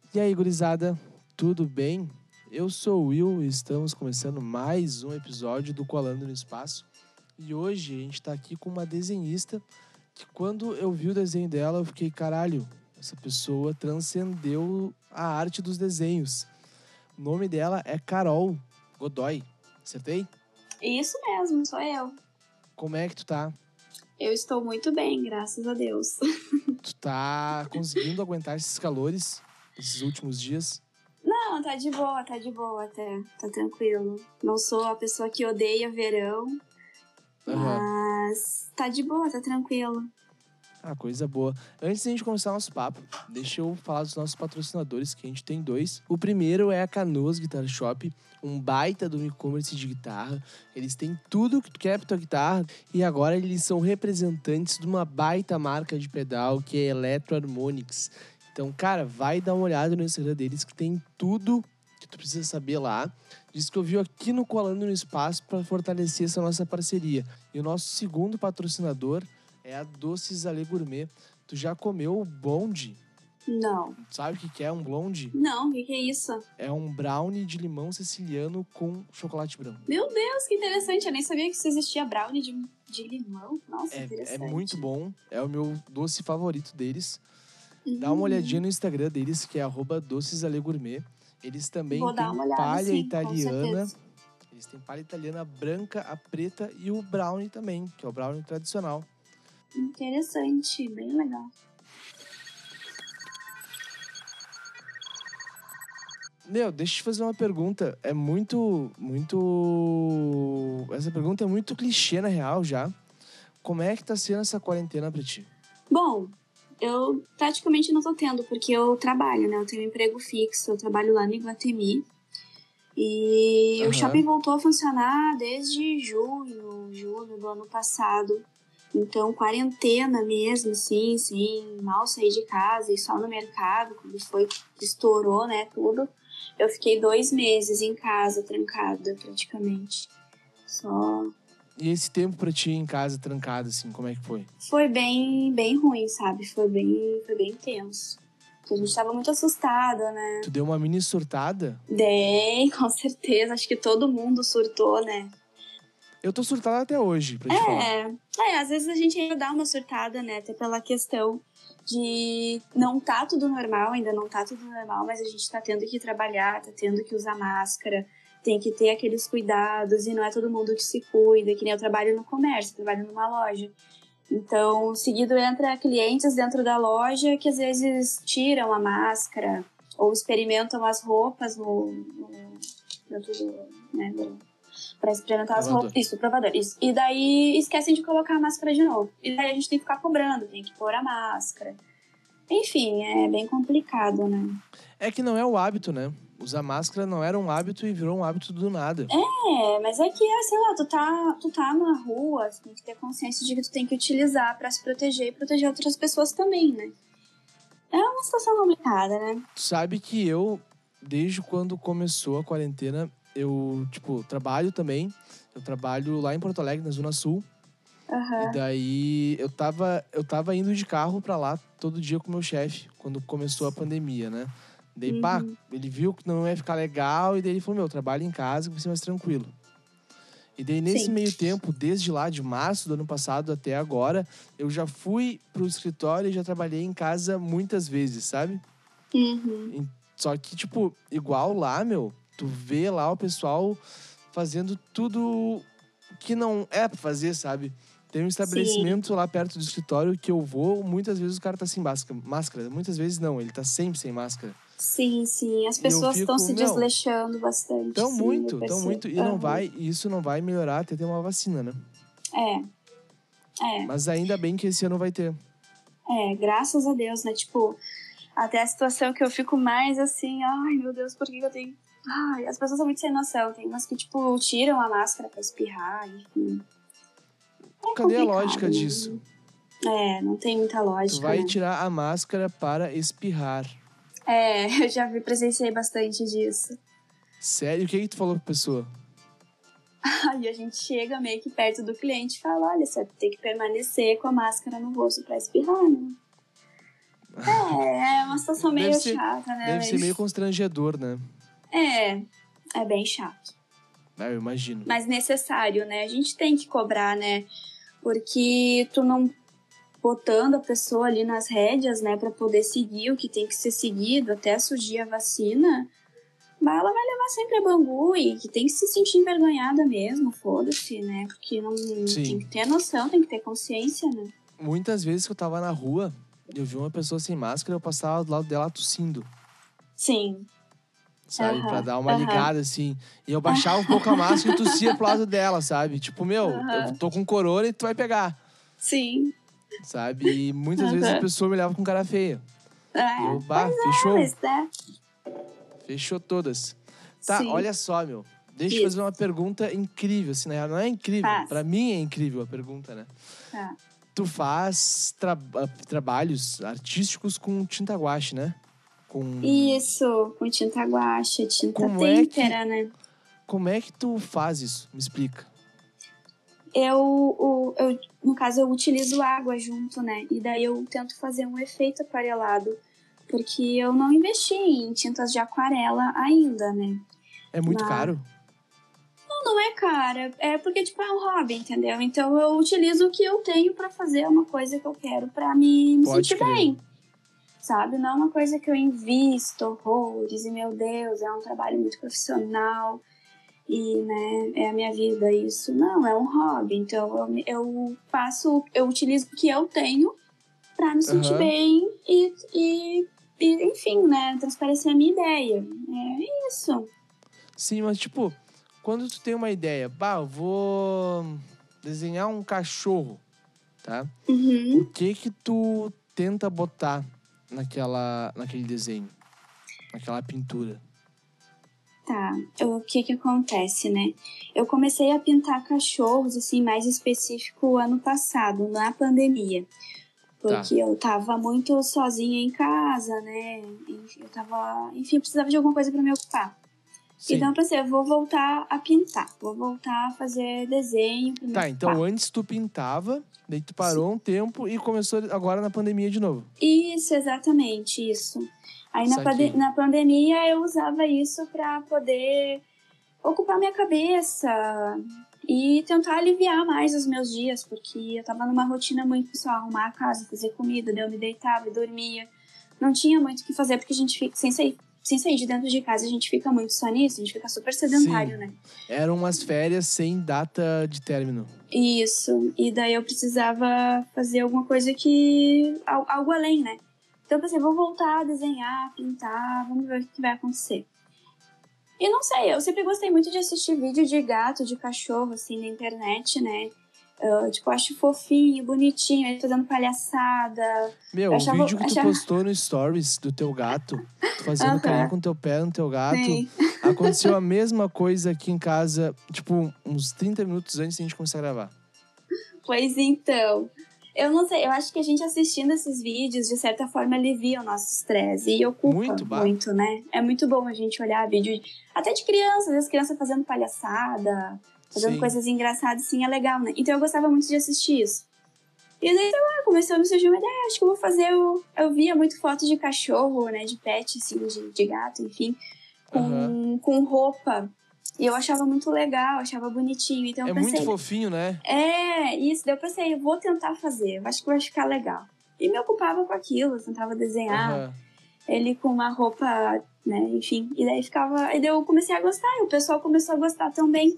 E aí, gurizada, tudo bem? Eu sou o Will e estamos começando mais um episódio do Colando no Espaço. E hoje a gente tá aqui com uma desenhista que quando eu vi o desenho dela, eu fiquei, caralho, essa pessoa transcendeu a arte dos desenhos. O nome dela é Carol Godoy, acertei? Isso mesmo, sou eu. Como é que tu tá? Eu estou muito bem, graças a Deus. Tu tá conseguindo aguentar esses calores, esses últimos dias? Não, tá de boa até. Tá tranquilo. Não sou a pessoa que odeia verão, mas tá de boa, tá tranquilo. Ah, coisa boa. Antes de a gente começar nosso papo, deixa eu falar dos nossos patrocinadores, que a gente tem dois. O primeiro é a Canoas Guitar Shop, um baita do e-commerce de guitarra. Eles têm tudo que tu quer pra tua guitarra e agora eles são representantes de uma baita marca de pedal que é Electro Harmonix. Então, cara, vai dar uma olhada no Instagram deles que tem tudo que tu precisa saber lá. Diz que eu vi aqui no Colando no Espaço para fortalecer essa nossa parceria. E o nosso segundo patrocinador é a Doces Ale Gourmet. Tu já comeu o blonde? Não. Sabe o que é um blonde? Não, o que é isso? É um brownie de limão siciliano com chocolate branco. Meu Deus, que interessante. Eu nem sabia que isso existia brownie de limão. Nossa, É interessante. muito bom. É o meu doce favorito deles. Dá uma olhadinha no Instagram deles, que é @docesalegourmet. Eles também Vou dar têm uma olhada, palha sim, italiana. com certeza. Eles têm palha italiana branca, a preta e o brownie também, que é o brownie tradicional. Interessante, bem legal. Meu, deixa eu te fazer uma pergunta. Essa pergunta é muito clichê, na real, já. Como é que tá sendo essa quarentena pra ti? Bom, eu praticamente não tô tendo, porque eu trabalho, né? Eu tenho um emprego fixo, eu trabalho lá no Iguatemi. E o shopping voltou a funcionar desde julho do ano passado. Então, quarentena mesmo, sim, mal sair de casa e só no mercado, quando foi que estourou, né, tudo. Eu fiquei 2 meses em casa, trancada, praticamente. Só... E esse tempo pra ti em casa, trancado, assim, como é que foi? Foi bem ruim, sabe? Foi bem tenso. Porque a gente tava muito assustada, né? Tu deu uma mini surtada? Dei, com certeza. Acho que todo mundo surtou, né? Eu tô surtada até hoje, pra te falar. Às vezes a gente ainda dá uma surtada, né? Até pela questão de não tá tudo normal, ainda não tá tudo normal, mas a gente tá tendo que trabalhar, tá tendo que usar máscara, tem que ter aqueles cuidados e não é todo mundo que se cuida, que nem eu trabalho no comércio, trabalho numa loja. Então, seguido entra clientes dentro da loja que às vezes tiram a máscara ou experimentam as roupas dentro para experimentar as roupas. Isso, provador. Isso. E daí esquecem de colocar a máscara de novo. E daí a gente tem que ficar cobrando, tem que pôr a máscara. Enfim, é bem complicado, né? É que não é o hábito, né? Usar máscara não era um hábito e virou um hábito do nada. Mas é que, sei lá, tu tá na rua, tu tem que ter consciência de que tu tem que utilizar pra se proteger e proteger outras pessoas também, né? É uma situação complicada, né? Tu sabe que eu, desde quando começou a quarentena, eu, trabalho também. Eu trabalho lá em Porto Alegre, na Zona Sul. E daí eu tava indo de carro pra lá todo dia com o meu chefe, quando começou a pandemia, né? Daí, ele viu que não ia ficar legal e daí ele falou, trabalho em casa que vai ser mais tranquilo. E daí, nesse meio tempo, desde lá, de março do ano passado até agora, eu já fui pro escritório e já trabalhei em casa muitas vezes, sabe? Só que, igual lá, tu vê lá o pessoal fazendo tudo que não é pra fazer, sabe? Tem um estabelecimento lá perto do escritório que eu vou, muitas vezes o cara tá sem máscara. Muitas vezes não, ele tá sempre sem máscara. Sim. As pessoas estão se desleixando bastante. Tão muito. E isso não vai melhorar até ter uma vacina, né? Mas ainda bem que esse ano vai ter. Graças a Deus, né? Até a situação que eu fico mais assim, ai meu Deus, por que eu tenho... Ai, as pessoas são muito sem noção. Tem umas que, tiram a máscara pra espirrar, enfim. Cadê a lógica disso? Não tem muita lógica, tu vai tirar a máscara para espirrar. Eu já presenciei bastante disso. Sério? O que tu falou pra pessoa? Aí a gente chega meio que perto do cliente e fala, olha, você tem que permanecer com a máscara no rosto pra espirrar, né? É uma situação meio chata, né? Deve ser meio constrangedor, né? É bem chato. Eu imagino. Mas necessário, né? A gente tem que cobrar, né? Porque tu não botando a pessoa ali nas rédeas, né, pra poder seguir o que tem que ser seguido até surgir a vacina, mas ela vai levar sempre a bambu e que tem que se sentir envergonhada mesmo, foda-se, né? Porque não tem que ter noção, tem que ter consciência, né? Muitas vezes que eu tava na rua, eu vi uma pessoa sem máscara, eu passava do lado dela tossindo. Sim. Sabe? Pra dar uma ligada, assim. E eu baixava um pouco a máscara e tossia pro lado dela, sabe? Tipo, eu tô com corona e tu vai pegar. Sim. Sabe? E muitas vezes a pessoa me olhava com cara feia. E eu, fechou. Fechou todas. Tá, olha só, meu. Deixa eu fazer uma pergunta incrível, assim, né? Não é incrível. Pra mim é incrível a pergunta, né? Tá. Tu faz trabalhos artísticos com tinta guache, né? Isso, com tinta guache, tinta têmpera, né? Como é que tu faz isso? Me explica. No caso, eu utilizo água junto, né? E daí eu tento fazer um efeito aquarelado. Porque eu não investi em tintas de aquarela ainda, né? É muito caro? Não é cara. É porque, tipo, é um hobby, entendeu? Então eu utilizo o que eu tenho pra fazer uma coisa que eu quero pra me sentir bem. Sabe? Não é uma coisa que eu invisto horrores e, meu Deus, é um trabalho muito profissional e, né, é a minha vida isso. Não, é um hobby. Então eu utilizo o que eu tenho pra me sentir bem e, enfim, né, transparecer a minha ideia. É isso. Sim, mas tipo, quando tu tem uma ideia, eu vou desenhar um cachorro, tá? O que tu tenta botar naquele desenho, naquela pintura? Tá, o que acontece, né? Eu comecei a pintar cachorros, assim, mais específico ano passado, na pandemia. Porque eu tava muito sozinha em casa, né? Eu precisava de alguma coisa pra me ocupar. Sim. Então eu pensei, eu vou voltar a pintar. Vou voltar a fazer desenho pra me ocupar. Então antes tu pintava, daí tu parou um tempo e começou agora na pandemia de novo. Isso, exatamente, isso. Aí na pandemia eu usava isso pra poder ocupar minha cabeça e tentar aliviar mais os meus dias, porque eu tava numa rotina muito só arrumar a casa, fazer comida, daí eu me deitava e dormia. Não tinha muito o que fazer, porque a gente fica sem sair de dentro de casa, a gente fica muito só nisso, a gente fica super sedentário, né? Eram umas férias sem data de término. Isso, e daí eu precisava fazer alguma coisa algo além, né? Então eu pensei, vou voltar a desenhar, pintar, vamos ver o que vai acontecer. E não sei, eu sempre gostei muito de assistir vídeo de gato, de cachorro, assim, na internet, né? Eu acho fofinho, bonitinho, ele fazendo palhaçada. Meu, o vídeo que tu postou no Stories do teu gato, tu fazendo carinho com o teu pé no teu gato, aconteceu a mesma coisa aqui em casa, tipo, uns 30 minutos antes de a gente começar a gravar. Pois então, eu não sei, eu acho que a gente assistindo esses vídeos, de certa forma, alivia o nosso estresse e ocupa muito, né? É muito bom a gente olhar vídeo até de crianças, as crianças fazendo palhaçada, fazendo coisas engraçadas, sim, é legal, né? Então eu gostava muito de assistir isso. E daí, começou a me surgir uma ideia, acho que eu vou fazer... Eu via muito fotos de cachorro, né, de pet, assim, de gato, enfim, com roupa. E eu achava muito legal, achava bonitinho. Então eu pensei, muito fofinho, né? Isso. Daí eu pensei, eu vou tentar fazer, eu acho que vai ficar legal. E me ocupava com aquilo, eu tentava desenhar ele com uma roupa, né, enfim. E daí eu comecei a gostar, e o pessoal começou a gostar também.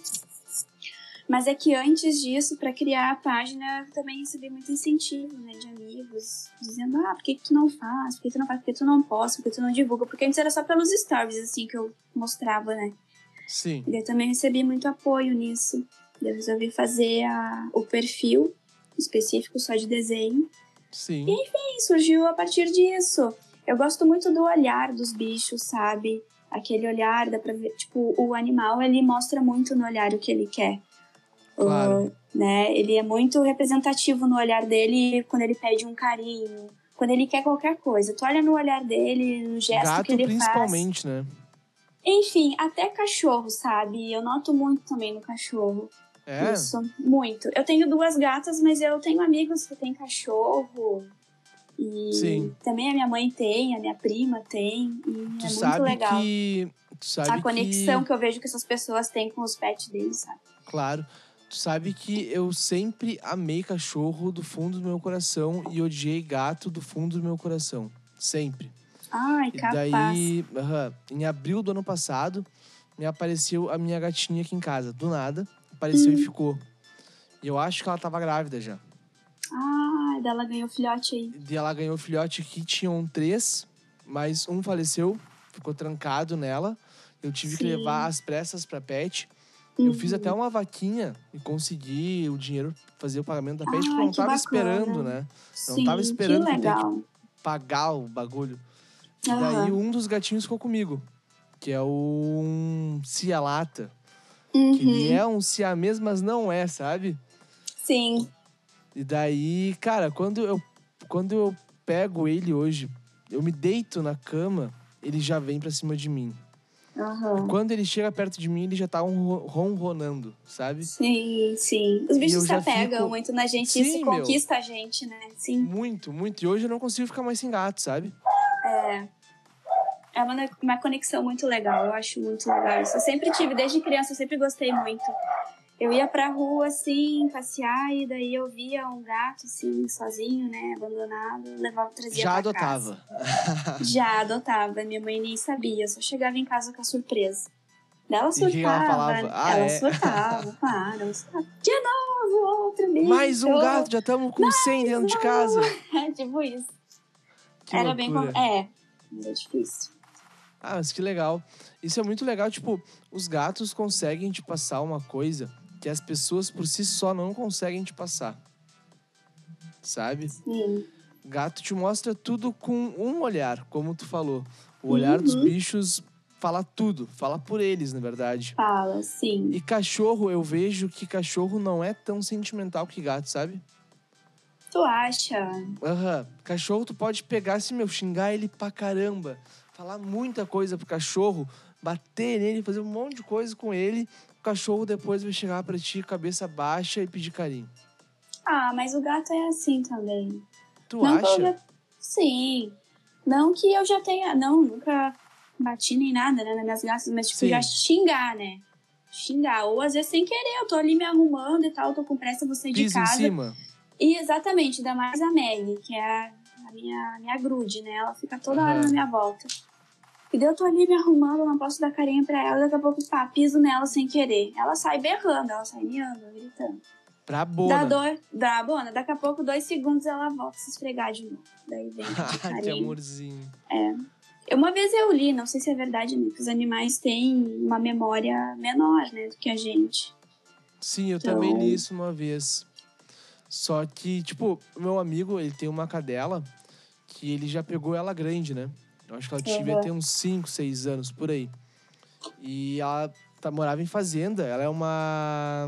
Mas é que antes disso, para criar a página, eu também recebi muito incentivo, né, de amigos, dizendo, por que tu não faz? Por que tu não faz? Por que tu não posta? Por que tu não divulga? Porque antes era só pelos stories, assim, que eu mostrava, né? Sim. E eu também recebi muito apoio nisso. Eu resolvi fazer o perfil específico só de desenho. Sim. E, enfim, surgiu a partir disso. Eu gosto muito do olhar dos bichos, sabe? Aquele olhar, dá pra ver, tipo, o animal, ele mostra muito no olhar o que ele quer. Claro. Né? Ele é muito representativo no olhar dele quando ele pede um carinho, quando ele quer qualquer coisa. Tu olha no olhar dele, no gesto gato, que ele principalmente, faz. Né? Enfim, até cachorro, sabe? Eu noto muito também no cachorro. Isso, muito. Eu tenho 2 gatas, mas eu tenho amigos que têm cachorro. E também a minha mãe tem, a minha prima tem, e é muito legal. A conexão que eu vejo que essas pessoas têm com os pets deles, sabe? Claro. Tu sabe que eu sempre amei cachorro do fundo do meu coração e odiei gato do fundo do meu coração. Sempre. Ai, capaz. E daí, em abril do ano passado, me apareceu a minha gatinha aqui em casa. Do nada, apareceu e ficou. E eu acho que ela tava grávida já. Ah, daí ela ganhou filhote aí. E ela ganhou filhote aqui, tinham 3, mas um faleceu, ficou trancado nela. Eu tive que levar às pressas pra pet. Eu fiz até uma vaquinha e consegui o dinheiro, fazer o pagamento da pet, porque eu não tava esperando, né? Eu não tava esperando que ter que pagar o bagulho. E daí um dos gatinhos ficou comigo, que é um Cialata. Que ele é um siamês, mas não é, sabe? Sim. E daí, cara, quando eu pego ele hoje, eu me deito na cama, ele já vem pra cima de mim. E quando ele chega perto de mim, ele já tá ronronando, sabe? Sim, sim. Os bichos se apegam muito na gente, sim, isso conquista a gente, né? Sim. Muito, muito. E hoje eu não consigo ficar mais sem gato, sabe? É uma conexão muito legal, eu acho muito legal isso. Eu sempre tive, desde criança, eu sempre gostei muito. Eu ia pra rua, assim, passear, e daí eu via um gato, assim, sozinho, né, abandonado, trazia pra casa. Já adotava. Minha mãe nem sabia, só chegava em casa com a surpresa. Daí ela surtava. E ela falava? Ela surtava, claro, ela surtava. De novo, outro bicho. Mais um gato, já estamos com 100 dentro de casa. É, tipo isso. Que era loucura. Mas é difícil. Ah, mas que legal. Isso é muito legal, tipo, os gatos conseguem te passar uma coisa que as pessoas por si só não conseguem te passar. Sabe? Sim. Gato te mostra tudo com um olhar, como tu falou. O olhar dos bichos fala tudo, fala por eles, na verdade. Fala, sim. E cachorro, eu vejo que cachorro não é tão sentimental que gato, sabe? Tu acha? Cachorro, tu pode pegar assim, xingar ele pra caramba. Falar muita coisa pro cachorro, bater nele, fazer um monte de coisa com ele. O cachorro depois vai chegar pra ti, cabeça baixa e pedir carinho. Ah, mas o gato é assim também. Tu acha? Sim. Não que eu já tenha... Não, nunca bati nem nada, né, nas minhas gatas. Mas, tipo, já xingar, né? Xingar. Ou, às vezes, sem querer. Eu tô ali me arrumando e tal. Tô com pressa, vou sair de casa. Em cima. E, exatamente. Ainda mais a Maggie, que é a minha grude, né? Ela fica toda hora na minha volta. E daí eu tô ali me arrumando, não posso dar carinho pra ela. Daqui a pouco, piso nela sem querer. Ela sai berrando, ela sai miando, gritando. Brabona. Dá bona. Daqui a pouco, 2 segundos, ela volta a se esfregar de novo. Daí vem que amorzinho. Uma vez eu li, não sei se é verdade, né? Que os animais têm uma memória menor, né? Do que a gente. Sim, eu também li isso uma vez. Só que, tipo, o meu amigo, ele tem uma cadela que ele já pegou ela grande, né? Eu acho que ela devia ter uns 5, 6 anos, por aí. E ela morava em fazenda. Ela é uma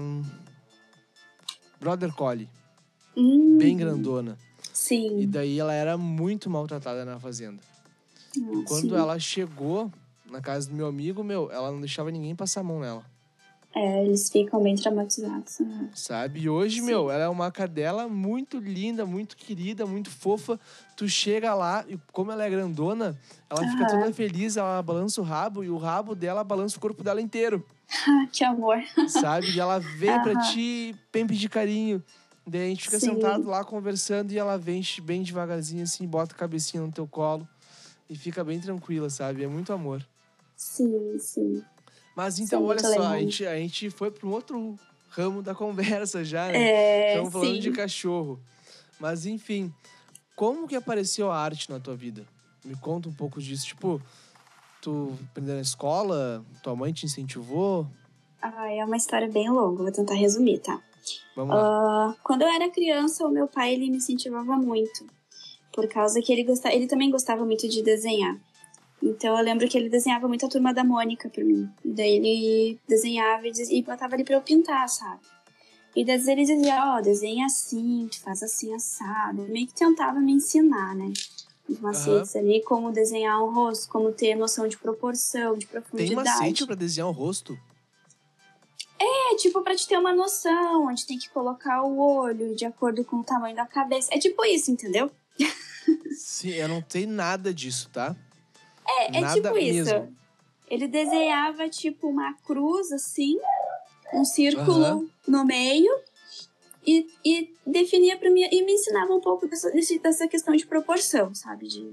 Border Collie. Bem grandona. Sim. E daí ela era muito maltratada na fazenda. E quando ela chegou na casa do meu amigo, ela não deixava ninguém passar a mão nela. Eles ficam bem traumatizados. Né? Sabe? E hoje, ela é uma cadela muito linda, muito querida, muito fofa. Tu chega lá e como ela é grandona, ela fica toda feliz, ela balança o rabo e o rabo dela balança o corpo dela inteiro. Que amor. Sabe? E ela vem pra ti, bem pedir carinho. Daí a gente fica sentado lá conversando e ela vem bem devagarzinho assim, bota a cabecinha no teu colo e fica bem tranquila, sabe? É muito amor. Sim, sim. Mas então, olha só, a gente foi para um outro ramo da conversa já, né? Estamos falando de cachorro. Mas, enfim, como que apareceu a arte na tua vida? Me conta um pouco disso. Tipo, tu aprendeu na escola? Tua mãe te incentivou? É uma história bem longa, vou tentar resumir, tá? Vamos lá. Quando eu era criança, o meu pai, ele me incentivava muito. Por causa que ele também gostava muito de desenhar. Então, eu lembro que ele desenhava muito a Turma da Mônica pra mim. E daí ele desenhava e botava ali pra eu pintar, sabe? E daí ele dizia, desenha assim, tu faz assim, assado. Ele meio que tentava me ensinar, né? Os macetes ali, como desenhar um rosto, como ter noção de proporção, de profundidade. Tem macete pra desenhar um rosto? Tipo, pra te ter uma noção, onde tem que colocar o olho de acordo com o tamanho da cabeça. É tipo isso, entendeu? Sim, eu não tenho nada disso, tá? É tipo isso. Mesmo. Ele desenhava, tipo, uma cruz, assim, um círculo no meio e definia pra mim, e me ensinava um pouco dessa questão de proporção, sabe? De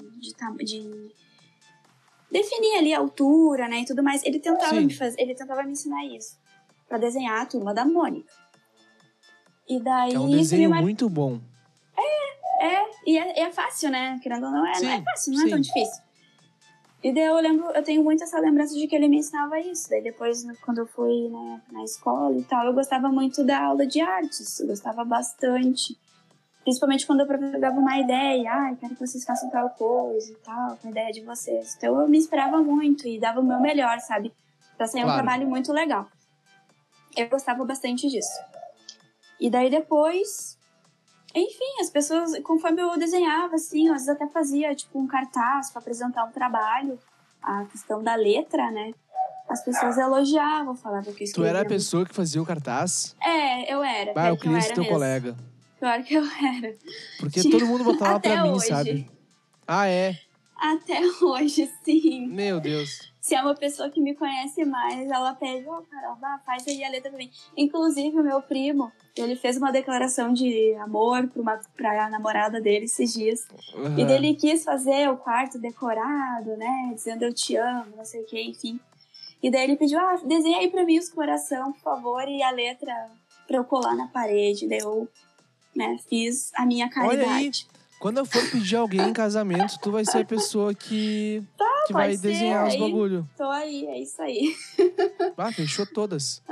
definir ali a altura, né, e tudo mais. Ele tentava me ensinar isso, pra desenhar a Turma da Mônica. E daí... É um desenho muito bom. E é fácil, né? Querendo ou não, não é fácil, não é tão difícil. E daí eu tenho muito essa lembrança de que ele me ensinava isso. Daí depois, quando eu fui, né, na escola e tal, eu gostava muito da aula de artes. Eu gostava bastante. Principalmente quando o professor dava uma ideia. Quero que vocês façam tal coisa e tal, com a ideia de vocês. Então eu me inspirava muito e dava o meu melhor, sabe? Pra sair um trabalho muito legal. Eu gostava bastante disso. E daí depois... Enfim, as pessoas, conforme eu desenhava, assim, às vezes até fazia, tipo, um cartaz para apresentar um trabalho, a questão da letra, né? As pessoas elogiavam, falavam que eu escrevia. Tu era a pessoa que fazia o cartaz? Eu era. Eu queria ser teu colega. Pior que eu era. Porque todo mundo botava pra mim, hoje. sabe? É? Até hoje, sim. Meu Deus. Se é uma pessoa que me conhece mais, ela pede, Carol, faz aí a letra pra mim. Inclusive, o meu primo, ele fez uma declaração de amor pra namorada dele esses dias. E dele quis fazer o quarto decorado, né? Dizendo eu te amo, não sei o que, enfim. E daí ele pediu, desenha aí pra mim os coração, por favor, e a letra pra eu colar na parede. Daí eu, né, fiz a minha caridade. Olha aí, quando eu for pedir alguém em casamento, tu vai ser a pessoa que vai desenhar os bagulho. Tô aí, é isso aí. Fechou todas.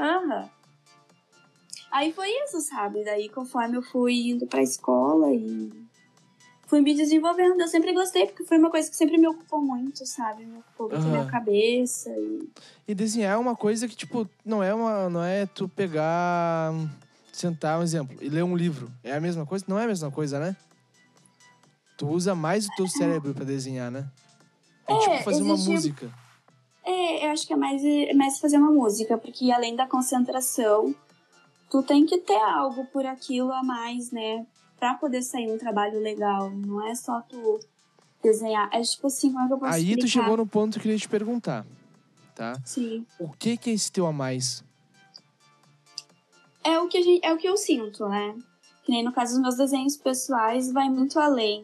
Aí foi isso, sabe? Daí, conforme eu fui indo pra escola e fui me desenvolvendo, eu sempre gostei, porque foi uma coisa que sempre me ocupou muito, sabe? Me ocupou muito a minha cabeça. E desenhar é uma coisa que, tipo, não é tu pegar, sentar, um exemplo, e ler um livro. É a mesma coisa? Não é a mesma coisa, né? Tu usa mais o teu cérebro pra desenhar, né? É tipo fazer uma música. Eu acho que é mais fazer uma música, porque além da concentração, tu tem que ter algo por aquilo a mais, né? Pra poder sair um trabalho legal. Não é só tu desenhar. É tipo assim, como é que eu posso explicar? Aí tu chegou no ponto que eu queria te perguntar, tá? Sim. O que é esse teu a mais? É o que eu sinto, né? Que nem no caso dos meus desenhos pessoais, vai muito além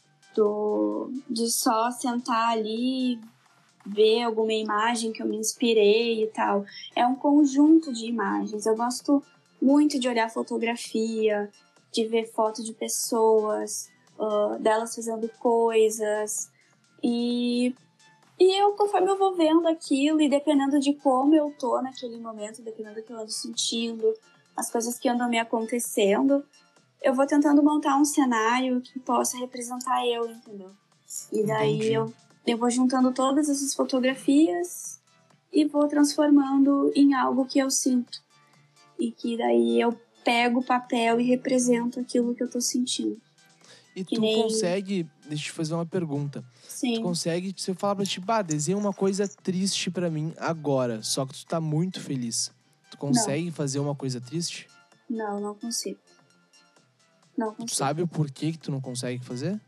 de só sentar ali, ver alguma imagem que eu me inspirei e tal. É um conjunto de imagens. Eu gosto muito de olhar fotografia, de ver foto de pessoas, delas fazendo coisas. E eu, conforme eu vou vendo aquilo e dependendo de como eu tô naquele momento, dependendo do que eu ando sentindo, as coisas que andam me acontecendo, eu vou tentando montar um cenário que possa representar eu, entendeu? E daí eu vou juntando todas essas fotografias e vou transformando em algo que eu sinto. E que daí eu pego o papel e represento aquilo que eu tô sentindo. E tu consegue... Deixa eu te fazer uma pergunta. Sim. Tu consegue... Se eu falar pra ti, desenha uma coisa triste pra mim agora, só que tu tá muito feliz. Tu consegue fazer uma coisa triste? Não consigo. Não consigo. Tu sabe o porquê que tu não consegue fazer?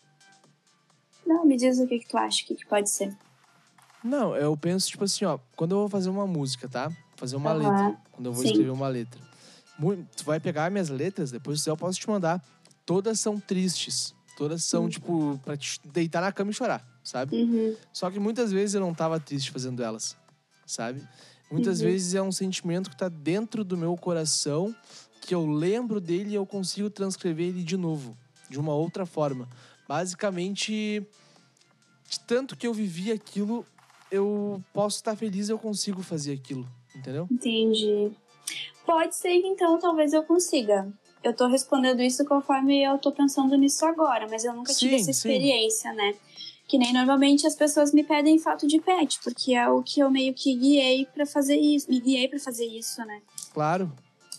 Não, me diz o que tu acha, o que pode ser. Não, eu penso, tipo assim, quando eu vou fazer uma música, tá? Fazer uma letra. Quando eu vou escrever uma letra. Tu vai pegar minhas letras, depois eu posso te mandar. Todas são tristes. Todas são, tipo, pra te deitar na cama e chorar, sabe? Só que muitas vezes eu não tava triste fazendo elas, sabe? Muitas vezes é um sentimento que tá dentro do meu coração, que eu lembro dele e eu consigo transcrever ele de novo, de uma outra forma. Basicamente, de tanto que eu vivi aquilo, eu posso estar feliz e eu consigo fazer aquilo, entendeu? Entendi. Pode ser que então talvez eu consiga. Eu tô respondendo isso conforme eu tô pensando nisso agora, mas eu nunca tive essa experiência, né? Que nem normalmente as pessoas me pedem foto de pet, porque é o que eu meio que guiei pra fazer isso. Me guiei pra fazer isso, né? Claro.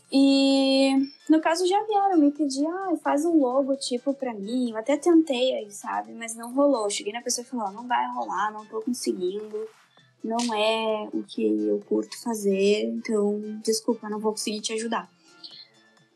E no caso já vieram me pedir, faz um logotipo pra mim. Eu até tentei aí, sabe? Mas não rolou. Eu cheguei na pessoa e falei, não vai rolar, não tô conseguindo. Não é o que eu curto fazer, então desculpa, não vou conseguir te ajudar.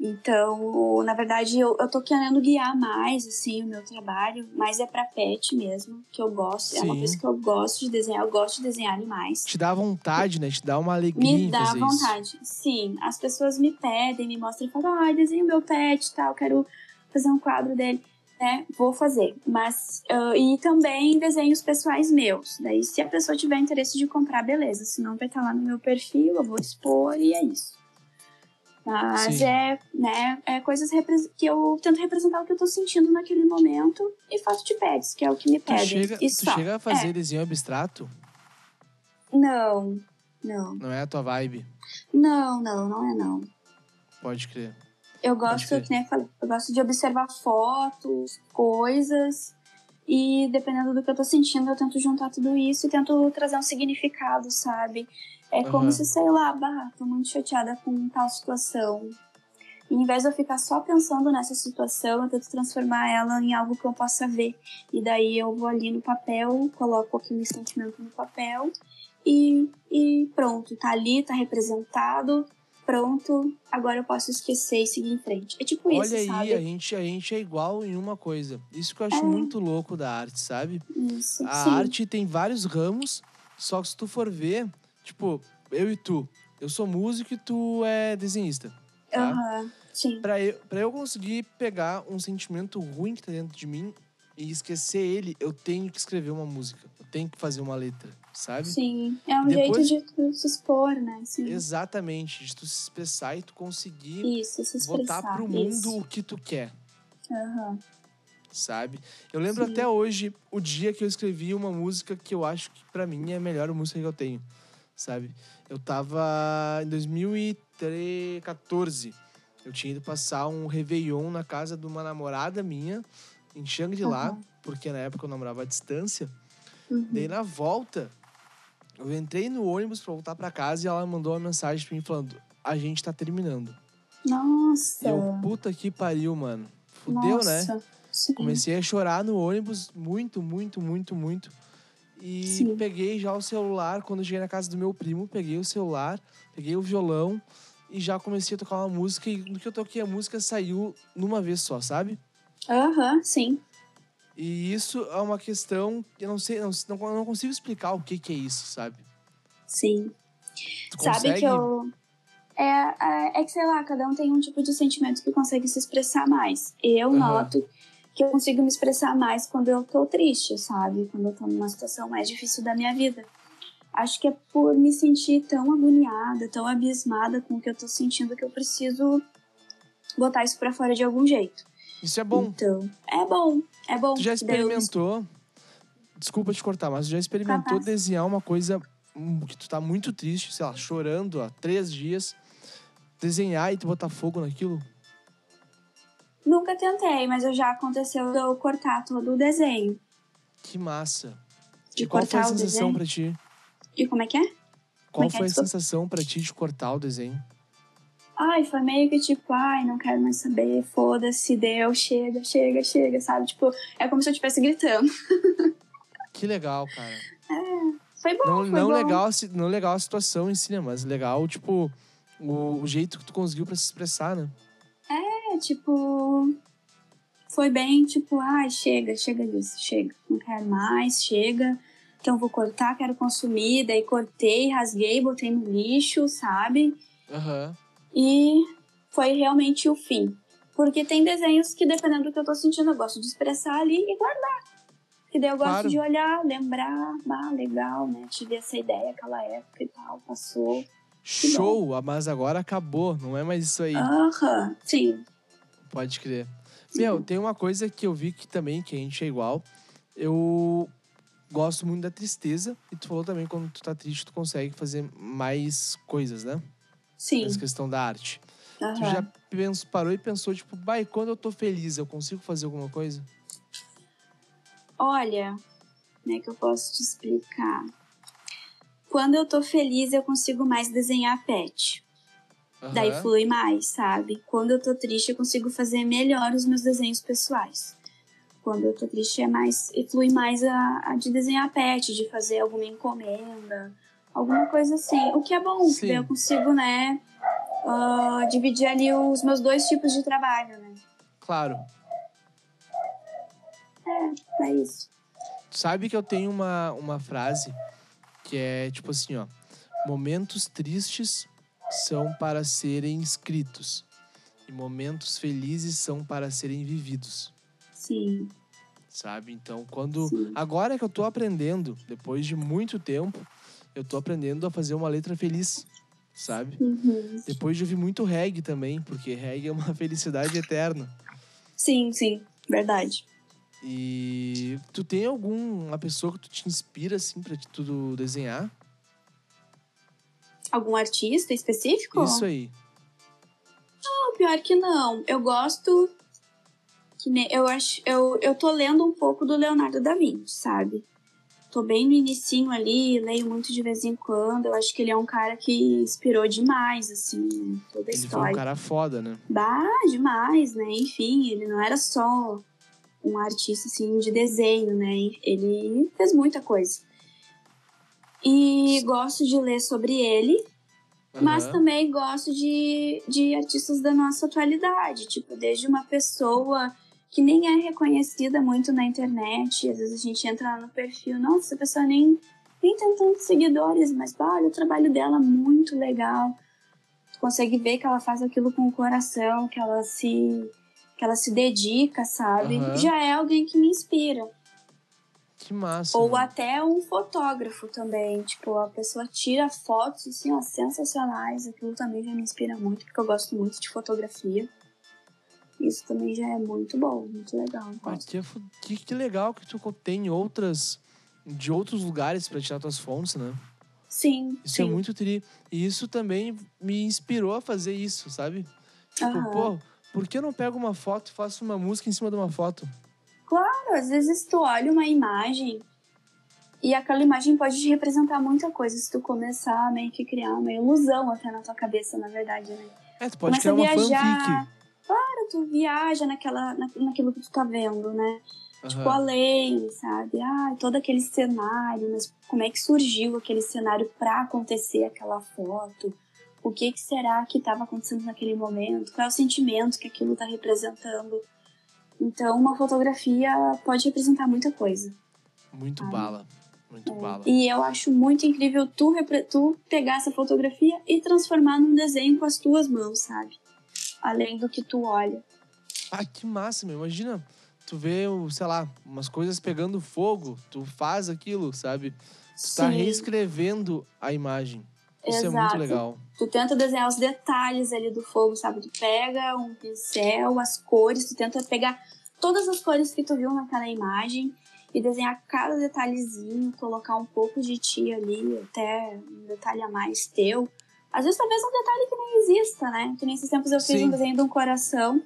Então, na verdade, eu tô querendo guiar mais, assim, o meu trabalho, mas é pra pet mesmo, que eu gosto. Sim. É uma coisa que eu gosto de desenhar, eu gosto de desenhar animais. Te dá vontade, né? Te dá uma alegria em fazer isso. Me dá vontade, sim. As pessoas me pedem, me mostram e falam, desenho meu pet e tal, quero fazer um quadro dele. Né? Vou fazer. Mas, e também desenhos pessoais meus. Daí, se a pessoa tiver interesse de comprar, beleza. Se não, vai estar lá no meu perfil, eu vou expor e é isso. Mas sim. É coisas que eu tento representar o que eu tô sentindo naquele momento e faço de pets, que é o que me pedem. Tu chega a fazer desenho abstrato? Não. Não é a tua vibe? Não é não. Pode crer. Eu gosto, que nem eu falei, eu gosto de observar fotos, coisas, e dependendo do que eu tô sentindo, eu tento juntar tudo isso e tento trazer um significado, sabe? É como se, sei lá, tô muito chateada com tal situação. E em vez de eu ficar só pensando nessa situação, eu tento transformar ela em algo que eu possa ver. E daí eu vou ali no papel, coloco aquele sentimento no papel e pronto, tá ali, tá representado, pronto, agora eu posso esquecer e seguir em frente. É tipo isso, sabe? Olha aí, a gente é igual em uma coisa. Isso que eu acho muito louco da arte, sabe? Isso, a arte tem vários ramos, só que se tu for ver, tipo, eu e tu, eu sou músico e tu é desenhista, tá? Sim. Pra eu conseguir pegar um sentimento ruim que tá dentro de mim e esquecer ele, eu tenho que escrever uma música, eu tenho que fazer uma letra, sabe? Sim, é um jeito de tu se expor, né? Sim. Exatamente, de tu se expressar e tu conseguir botar pro mundo o que tu quer. Sabe? Eu lembro até hoje o dia que eu escrevi uma música que eu acho que pra mim é a melhor música que eu tenho, sabe? Eu tava em 2014, eu tinha ido passar um Réveillon na casa de uma namorada minha, em Shangri-La, porque na época eu namorava à distância. Daí na volta, eu entrei no ônibus pra voltar pra casa e ela mandou uma mensagem pra mim falando, a gente tá terminando. Nossa! E eu, puta que pariu, mano. Fudeu, né? Sim. Comecei a chorar no ônibus muito. E peguei já o celular, quando eu cheguei na casa do meu primo, peguei o celular, peguei o violão e já comecei a tocar uma música. E no que eu toquei a música saiu numa vez só, sabe? Sim. E isso é uma questão que eu não sei, não consigo explicar o que é isso, sabe? Sim. Tu sabe consegue? Que eu... É que, sei lá, cada um tem um tipo de sentimento que consegue se expressar mais. Eu noto que eu consigo me expressar mais quando eu tô triste, sabe? Quando eu tô numa situação mais difícil da minha vida. Acho que é por me sentir tão agoniada, tão abismada com o que eu tô sentindo que eu preciso botar isso pra fora de algum jeito. Isso é bom. Então, é bom. Tu já experimentou... Desculpa te cortar, mas tu já experimentou desenhar uma coisa que tu tá muito triste, sei lá, chorando há 3 dias, desenhar e tu botar fogo naquilo? Nunca tentei, mas já aconteceu de eu cortar todo o desenho. Que massa. De qual foi a desenho? sensação pra ti? E como é que é? Qual foi a sensação pra ti de cortar o desenho? Foi meio que tipo, não quero mais saber, foda-se, deu, chega, sabe? Tipo, é como se eu estivesse gritando. Que legal, cara. Foi bom, não legal a situação em si, né? Mas legal, tipo, o jeito que tu conseguiu pra se expressar, né? Tipo... Foi bem, tipo, chega disso, chega. Não quero mais, chega. Então vou cortar, quero consumir. Daí cortei, rasguei, botei no lixo, sabe? E foi realmente o fim. Porque tem desenhos que, dependendo do que eu tô sentindo, eu gosto de expressar ali e guardar. Que daí eu gosto de olhar, lembrar, legal, né? Tive essa ideia naquela época e tal, passou. Show, mas agora acabou, não é mais isso aí. Sim. Pode crer. Meu, tem uma coisa que eu vi que também, que a gente é igual. Eu gosto muito da tristeza. E tu falou também, quando tu tá triste, tu consegue fazer mais coisas, né? Sim. Essa questão da arte. Tu já parou e pensou, tipo, quando eu tô feliz, eu consigo fazer alguma coisa? Olha, como é que eu posso te explicar? Quando eu tô feliz, eu consigo mais desenhar pet. Daí flui mais, sabe? Quando eu tô triste, eu consigo fazer melhor os meus desenhos pessoais. Quando eu tô triste, flui mais a de desenhar pet, de fazer alguma encomenda, alguma coisa assim. O que é bom, porque daí eu consigo, né, dividir ali os meus 2 tipos de trabalho, né? Claro. É isso. Sabe que eu tenho uma frase que é tipo assim, ó. Momentos tristes são para serem escritos. E momentos felizes são para serem vividos. Sim. Sabe? Então, quando... Sim. Agora que eu tô aprendendo, depois de muito tempo, eu tô aprendendo a fazer uma letra feliz, sabe? Uhum. Depois de ouvir muito reggae também, porque reggae é uma felicidade eterna. Sim, verdade. E tu tem alguma pessoa que tu te inspira, assim, pra tu desenhar? Algum artista específico? Isso aí. Não, pior que não. Eu gosto... Eu tô lendo um pouco do Leonardo da Vinci, sabe? Tô bem no inicinho ali, leio muito de vez em quando. Eu acho que ele é um cara que inspirou demais, assim, toda a Ele foi um história. cara foda, né? Demais, né? Enfim, ele não era só um artista, assim, de desenho, né? Ele fez muita coisa. E gosto de ler sobre ele, mas também gosto de artistas da nossa atualidade. Tipo, desde uma pessoa que nem é reconhecida muito na internet. Às vezes a gente entra lá no perfil, nossa, essa pessoa nem tem tantos seguidores, mas olha, o trabalho dela é muito legal. Tu consegue ver que ela faz aquilo com o coração, que ela se dedica, sabe? Já é alguém que me inspira. Que massa. Ou até um fotógrafo também. Tipo, a pessoa tira fotos, assim, ó, sensacionais. Aquilo também já me inspira muito, porque eu gosto muito de fotografia. Isso também já é muito bom, muito legal. Que legal que tu tem de outros lugares pra tirar tuas fontes, né? Sim, Isso sim. é muito tri. E isso também me inspirou a fazer isso, sabe? Tipo, pô, por que eu não pego uma foto e faço uma música em cima de uma foto? Claro, às vezes tu olha uma imagem e aquela imagem pode te representar muita coisa se tu começar a meio que criar uma ilusão até na tua cabeça, na verdade, né? Tu pode criar uma fanfic. Claro, tu viaja naquilo que tu tá vendo, né? Tipo, além, sabe? Todo aquele cenário, mas como é que surgiu aquele cenário pra acontecer aquela foto? O que será que estava acontecendo naquele momento? Qual é o sentimento que aquilo tá representando? Então, uma fotografia pode representar muita coisa. Muito bala. Muito bala. E eu acho muito incrível tu pegar essa fotografia e transformar num desenho com as tuas mãos, sabe? Além do que tu olha. Que massa, meu. Imagina, tu vê, sei lá, umas coisas pegando fogo, tu faz aquilo, sabe? Tu tá reescrevendo a imagem. Isso é muito legal. Tu tenta desenhar os detalhes ali do fogo, sabe? Tu pega um pincel, as cores, tu tenta pegar todas as cores que tu viu naquela imagem e desenhar cada detalhezinho, colocar um pouco de ti ali, até um detalhe a mais teu. Às vezes talvez um detalhe que nem exista, né? Que nesses tempos eu fiz um desenho de um coração.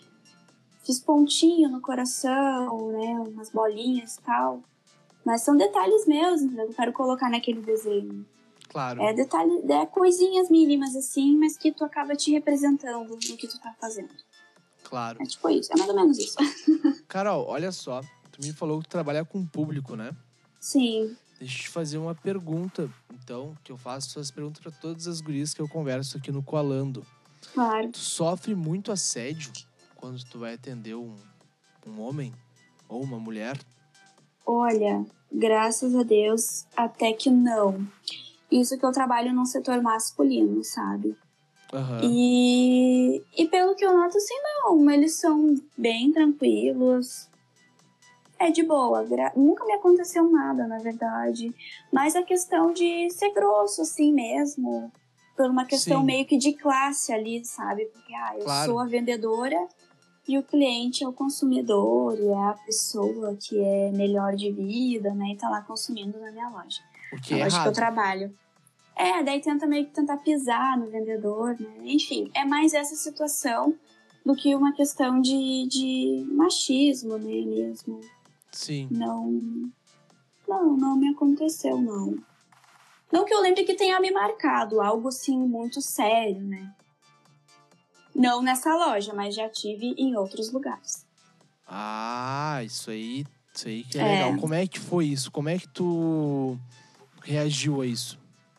Fiz pontinho no coração, né? Umas bolinhas e tal. Mas são detalhes meus, entendeu? Eu quero colocar naquele desenho. Claro. Coisinhas mínimas, assim, mas que tu acaba te representando no que tu tá fazendo. Claro. É tipo isso, é mais ou menos isso. Carol, olha só. Tu me falou que tu trabalha com público, né? Sim. Deixa eu te fazer uma pergunta, então, que eu faço essas perguntas pra todas as gurias que eu converso aqui no Coalando. Claro. Tu sofre muito assédio quando tu vai atender um homem ou uma mulher? Olha, graças a Deus, até que não. Isso que eu trabalho num setor masculino, sabe? E pelo que eu noto, assim, não. Eles são bem tranquilos. É de boa. Nunca me aconteceu nada, na verdade. Mas a questão de ser grosso, assim mesmo. Por uma questão meio que de classe ali, sabe? Porque, eu sou a vendedora e o cliente é o consumidor. E é a pessoa que é melhor de vida, né? E tá lá consumindo na minha loja. Porque é loja que eu trabalho. Daí tenta meio que tentar pisar no vendedor, né? Enfim, é mais essa situação do que uma questão de machismo, né, mesmo. Sim. Não me aconteceu, não. Não que eu lembre que tenha me marcado algo, assim, muito sério, né? Não nessa loja, mas já tive em outros lugares. Isso aí que é legal. Como é que foi isso? Como é que tu reagiu a isso?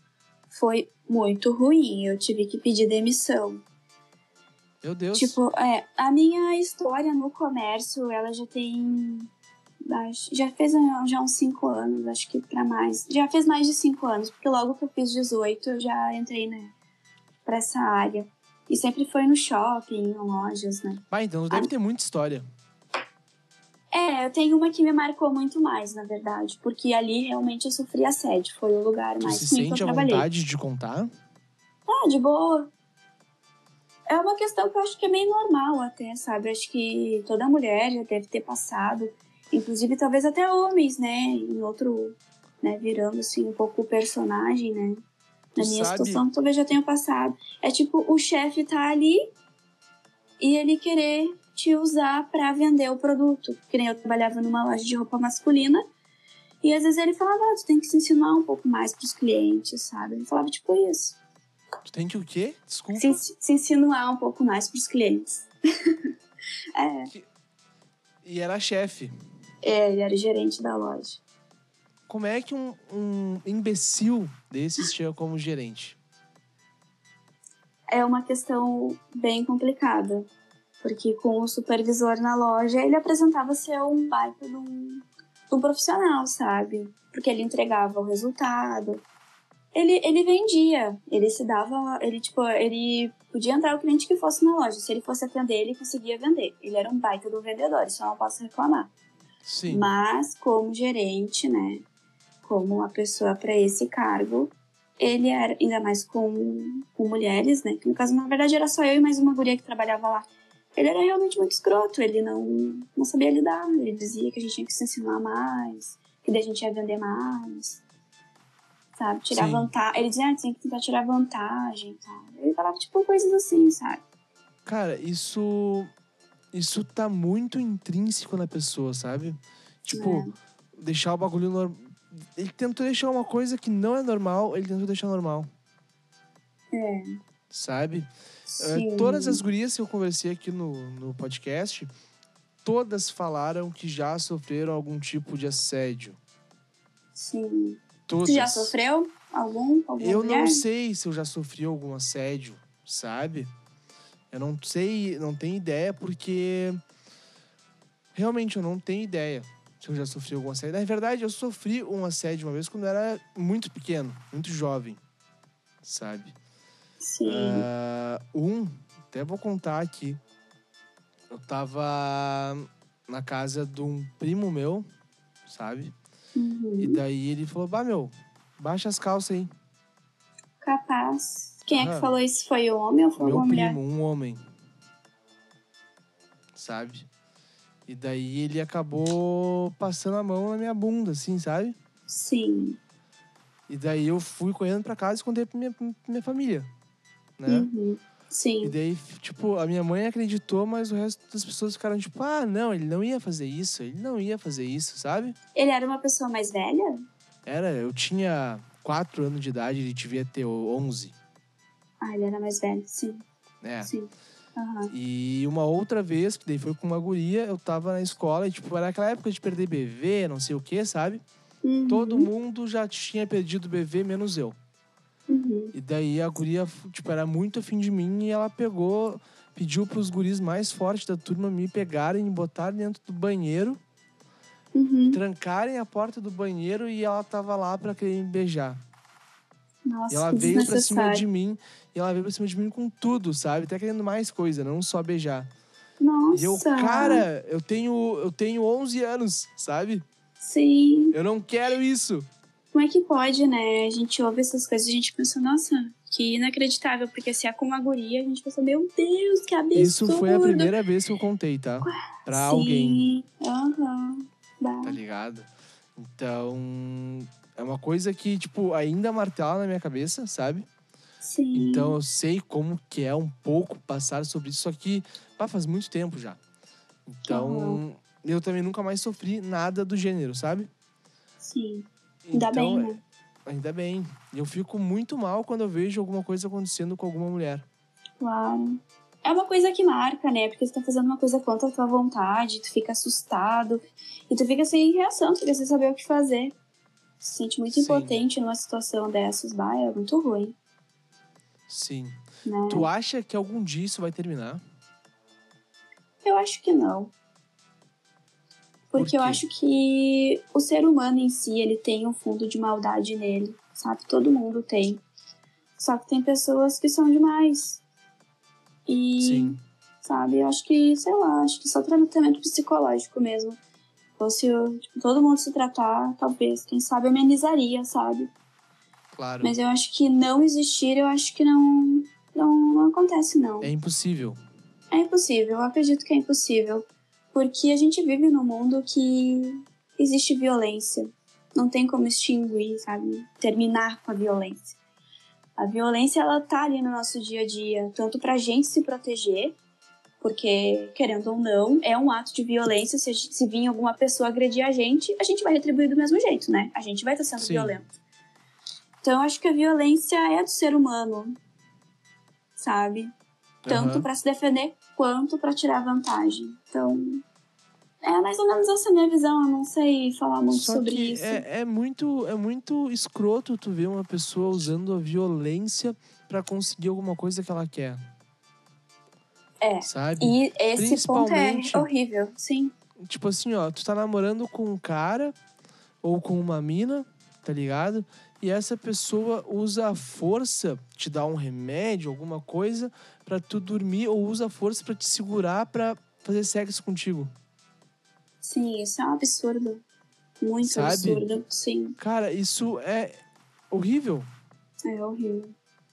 foi muito ruim. Eu tive que pedir demissão. Meu Deus. Tipo, a minha história no comércio, ela já tem... Já fez já uns 5 anos, acho que pra mais. Já fez mais de 5 anos, porque logo que eu fiz 18, eu já entrei, né, pra essa área. E sempre foi no shopping, em lojas, né. Então deve ter muita história. Eu tenho uma que me marcou muito mais, na verdade. Porque ali realmente eu sofri assédio. Foi o lugar mais ruim que eu trabalhei. Tu se sente à vontade de contar? De boa. É uma questão que eu acho que é meio normal até, sabe? Acho que toda mulher já deve ter passado. Inclusive, talvez até homens, né? Em outro... né? Virando, assim, um pouco o personagem, né? Na minha situação, talvez já tenha passado. É tipo, o chefe tá ali e ele querer te usar pra vender o produto. Que nem eu trabalhava numa loja de roupa masculina. E às vezes ele falava, tu tem que se ensinar um pouco mais pros clientes, sabe? Ele falava tipo isso. Tu tem que o quê? Desculpa. Se insinuar um pouco mais pros clientes. E era chefe. Ele era gerente da loja. Como é que um imbecil desses chega como gerente? É uma questão bem complicada. Porque com o supervisor na loja, ele apresentava ser um baita de um profissional, sabe? Porque ele entregava o resultado. Ele vendia, ele se dava, ele podia entrar o cliente que fosse na loja. Se ele fosse atender, ele conseguia vender. Ele era um baita do vendedor, isso eu não posso reclamar. Sim. Mas como gerente, né, como uma pessoa para esse cargo, ele era, ainda mais com mulheres, né, que no caso, na verdade, era só eu e mais uma guria que trabalhava lá. Ele era realmente muito escroto, ele não sabia lidar. Ele dizia que a gente tinha que se ensinar mais, que daí a gente ia vender mais. Sabe? Tirar vantagem. Ele dizia, tem que tentar tirar vantagem, tá? Ele falava, tipo, coisas assim, sabe? Cara, isso tá muito intrínseco na pessoa, sabe? Tipo, deixar o bagulho normal. Ele tentou deixar uma coisa que não é normal, ele tentou deixar normal. Sabe? Todas as gurias que eu conversei aqui no podcast, todas falaram que já sofreram algum tipo de assédio. Sim. Todas. Tu já sofreu algum Eu mulher? não sei se eu já sofri algum assédio, sabe? Eu não sei, não tenho ideia, porque realmente eu não tenho ideia se eu já sofri algum assédio. Na verdade, eu sofri um assédio uma vez quando eu era muito pequeno, muito jovem, sabe? Sim. Até vou contar aqui. Eu tava na casa de um primo meu, sabe? E daí ele falou, baixa as calças aí. Capaz. Quem é que falou isso? Foi o homem ou foi meu uma mulher? Meu primo, um homem. Sabe? E daí ele acabou passando a mão na minha bunda, assim, sabe? Sim. E daí eu fui correndo pra casa e contei pra minha família, né? Sim. E daí, tipo, a minha mãe acreditou, mas o resto das pessoas ficaram tipo, não, ele não ia fazer isso, sabe? Ele era uma pessoa mais velha? Eu tinha 4 anos de idade, ele devia ter 11. Ele era mais velho, sim. Sim. E uma outra vez, que daí foi com uma guria, eu tava na escola e, tipo, era aquela época de perder bebê, não sei o que, sabe? Todo mundo já tinha perdido bebê, menos eu. E daí a guria, tipo, era muito afim de mim e ela pediu pros guris mais fortes da turma me pegarem e me botarem dentro do banheiro, trancarem a porta do banheiro e ela tava lá pra querer me beijar. Nossa, e ela veio pra cima de mim, com tudo, sabe? Até querendo mais coisa, não só beijar. Nossa! E eu, cara, eu tenho 11 anos, sabe? Sim. Eu não quero isso. Como é que pode, né? A gente ouve essas coisas e a gente pensa, nossa, que inacreditável. Porque se é com uma guria, a gente pensa, meu Deus, que absurdo. Isso foi a primeira vez que eu contei, tá? Pra alguém. Tá ligado? Então, é uma coisa que, tipo, ainda martela na minha cabeça, sabe? Sim. Então, eu sei como que é um pouco passar sobre isso, só que faz muito tempo já. Então, eu também nunca mais sofri nada do gênero, sabe? Sim. Ainda bem, né? Ainda bem. E eu fico muito mal quando eu vejo alguma coisa acontecendo com alguma mulher. Claro. É uma coisa que marca, né? Porque você tá fazendo uma coisa contra a tua vontade, tu fica assustado. E tu fica sem reação, tu fica sem saber o que fazer. Se sente muito Sim. impotente numa situação dessas. Bah, é muito ruim. Sim. Né? Tu acha que algum dia isso vai terminar? Eu acho que não. Porque eu acho que o ser humano em si, ele tem um fundo de maldade nele, sabe? Todo mundo tem. Só que tem pessoas que são demais. E, Sim. sabe, eu acho que, sei lá, acho que só tratamento psicológico mesmo. Ou se todo mundo se tratar, talvez, quem sabe amenizaria, sabe? Claro. Mas eu acho que não existir, eu acho que não acontece, não. É impossível. É impossível, eu acredito que é impossível. Porque a gente vive num mundo que existe violência. Não tem como extinguir, sabe? Terminar com a violência. A violência, ela tá ali no nosso dia a dia. Tanto pra gente se proteger, porque, querendo ou não, é um ato de violência. Se vir alguma pessoa agredir a gente vai retribuir do mesmo jeito, né? A gente vai estar sendo violento. Então, eu acho que a violência é do ser humano, sabe? Tanto pra se defender, quanto pra tirar vantagem. Então, é mais ou menos essa minha visão. Eu não sei falar muito sobre isso. É muito escroto tu ver uma pessoa usando a violência pra conseguir alguma coisa que ela quer. Sabe? E esse ponto é horrível, sim. Tipo assim, ó, tu tá namorando com um cara ou com uma mina, tá ligado? E essa pessoa usa a força, te dá um remédio, alguma coisa, pra tu dormir, ou usa a força pra te segurar pra fazer sexo contigo. Sim, isso é um absurdo. Muito absurdo, sim. Cara, isso é horrível. É horrível.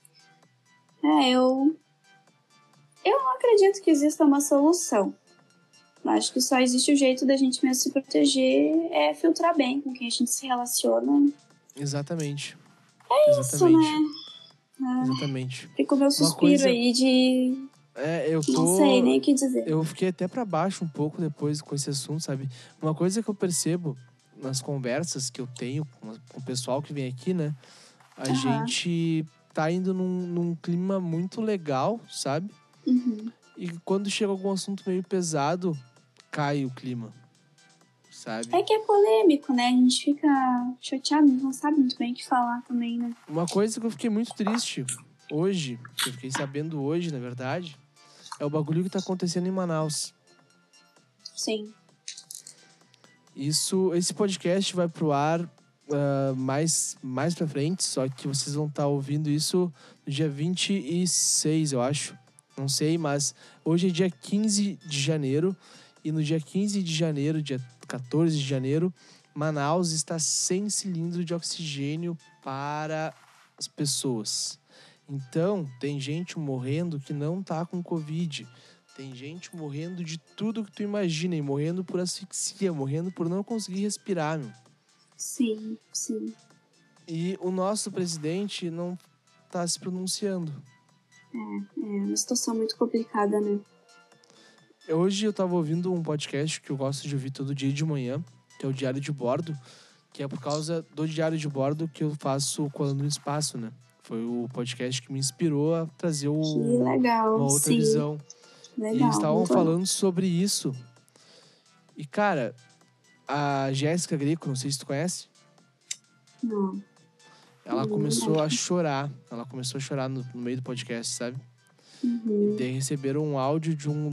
Eu não acredito que exista uma solução. Acho que só existe o jeito da gente mesmo se proteger, é filtrar bem com quem a gente se relaciona. Exatamente. Isso, né? Exatamente. Fica o meu suspiro aí de... Não sei nem o que dizer. Eu fiquei até pra baixo um pouco depois com esse assunto, sabe? Uma coisa que eu percebo nas conversas que eu tenho com o pessoal que vem aqui, né? A gente tá indo num clima muito legal, sabe? Uhum. E quando chega algum assunto meio pesado, cai o clima, sabe? É que é polêmico, né? A gente fica chateado, não sabe muito bem o que falar também, né? Uma coisa que eu fiquei muito triste hoje, que eu fiquei sabendo hoje, na verdade, é o bagulho que tá acontecendo em Manaus. Sim. Esse podcast vai pro ar mais pra frente, só que vocês vão estar ouvindo isso no dia 26, eu acho. Não sei, mas hoje é dia 15 de janeiro. E no dia 15 de janeiro, dia 14 de janeiro, Manaus está sem cilindro de oxigênio para as pessoas. Então, tem gente morrendo que não tá com Covid. Tem gente morrendo de tudo que tu imagina, e morrendo por asfixia, morrendo por não conseguir respirar, meu. Sim, sim. E o nosso presidente não tá se pronunciando. É uma situação muito complicada, né? Hoje eu tava ouvindo um podcast que eu gosto de ouvir todo dia de manhã, que é o Diário de Bordo, que é por causa do Diário de Bordo que eu faço Colando no Espaço, né? Foi o podcast que me inspirou a trazer legal, uma outra visão. Legal, e eles estavam falando sobre isso. E, cara, a Jéssica Greco, não sei se tu conhece. Não. Ela começou a chorar. Ela começou a chorar no meio do podcast, sabe? Uhum. E daí receberam um áudio de um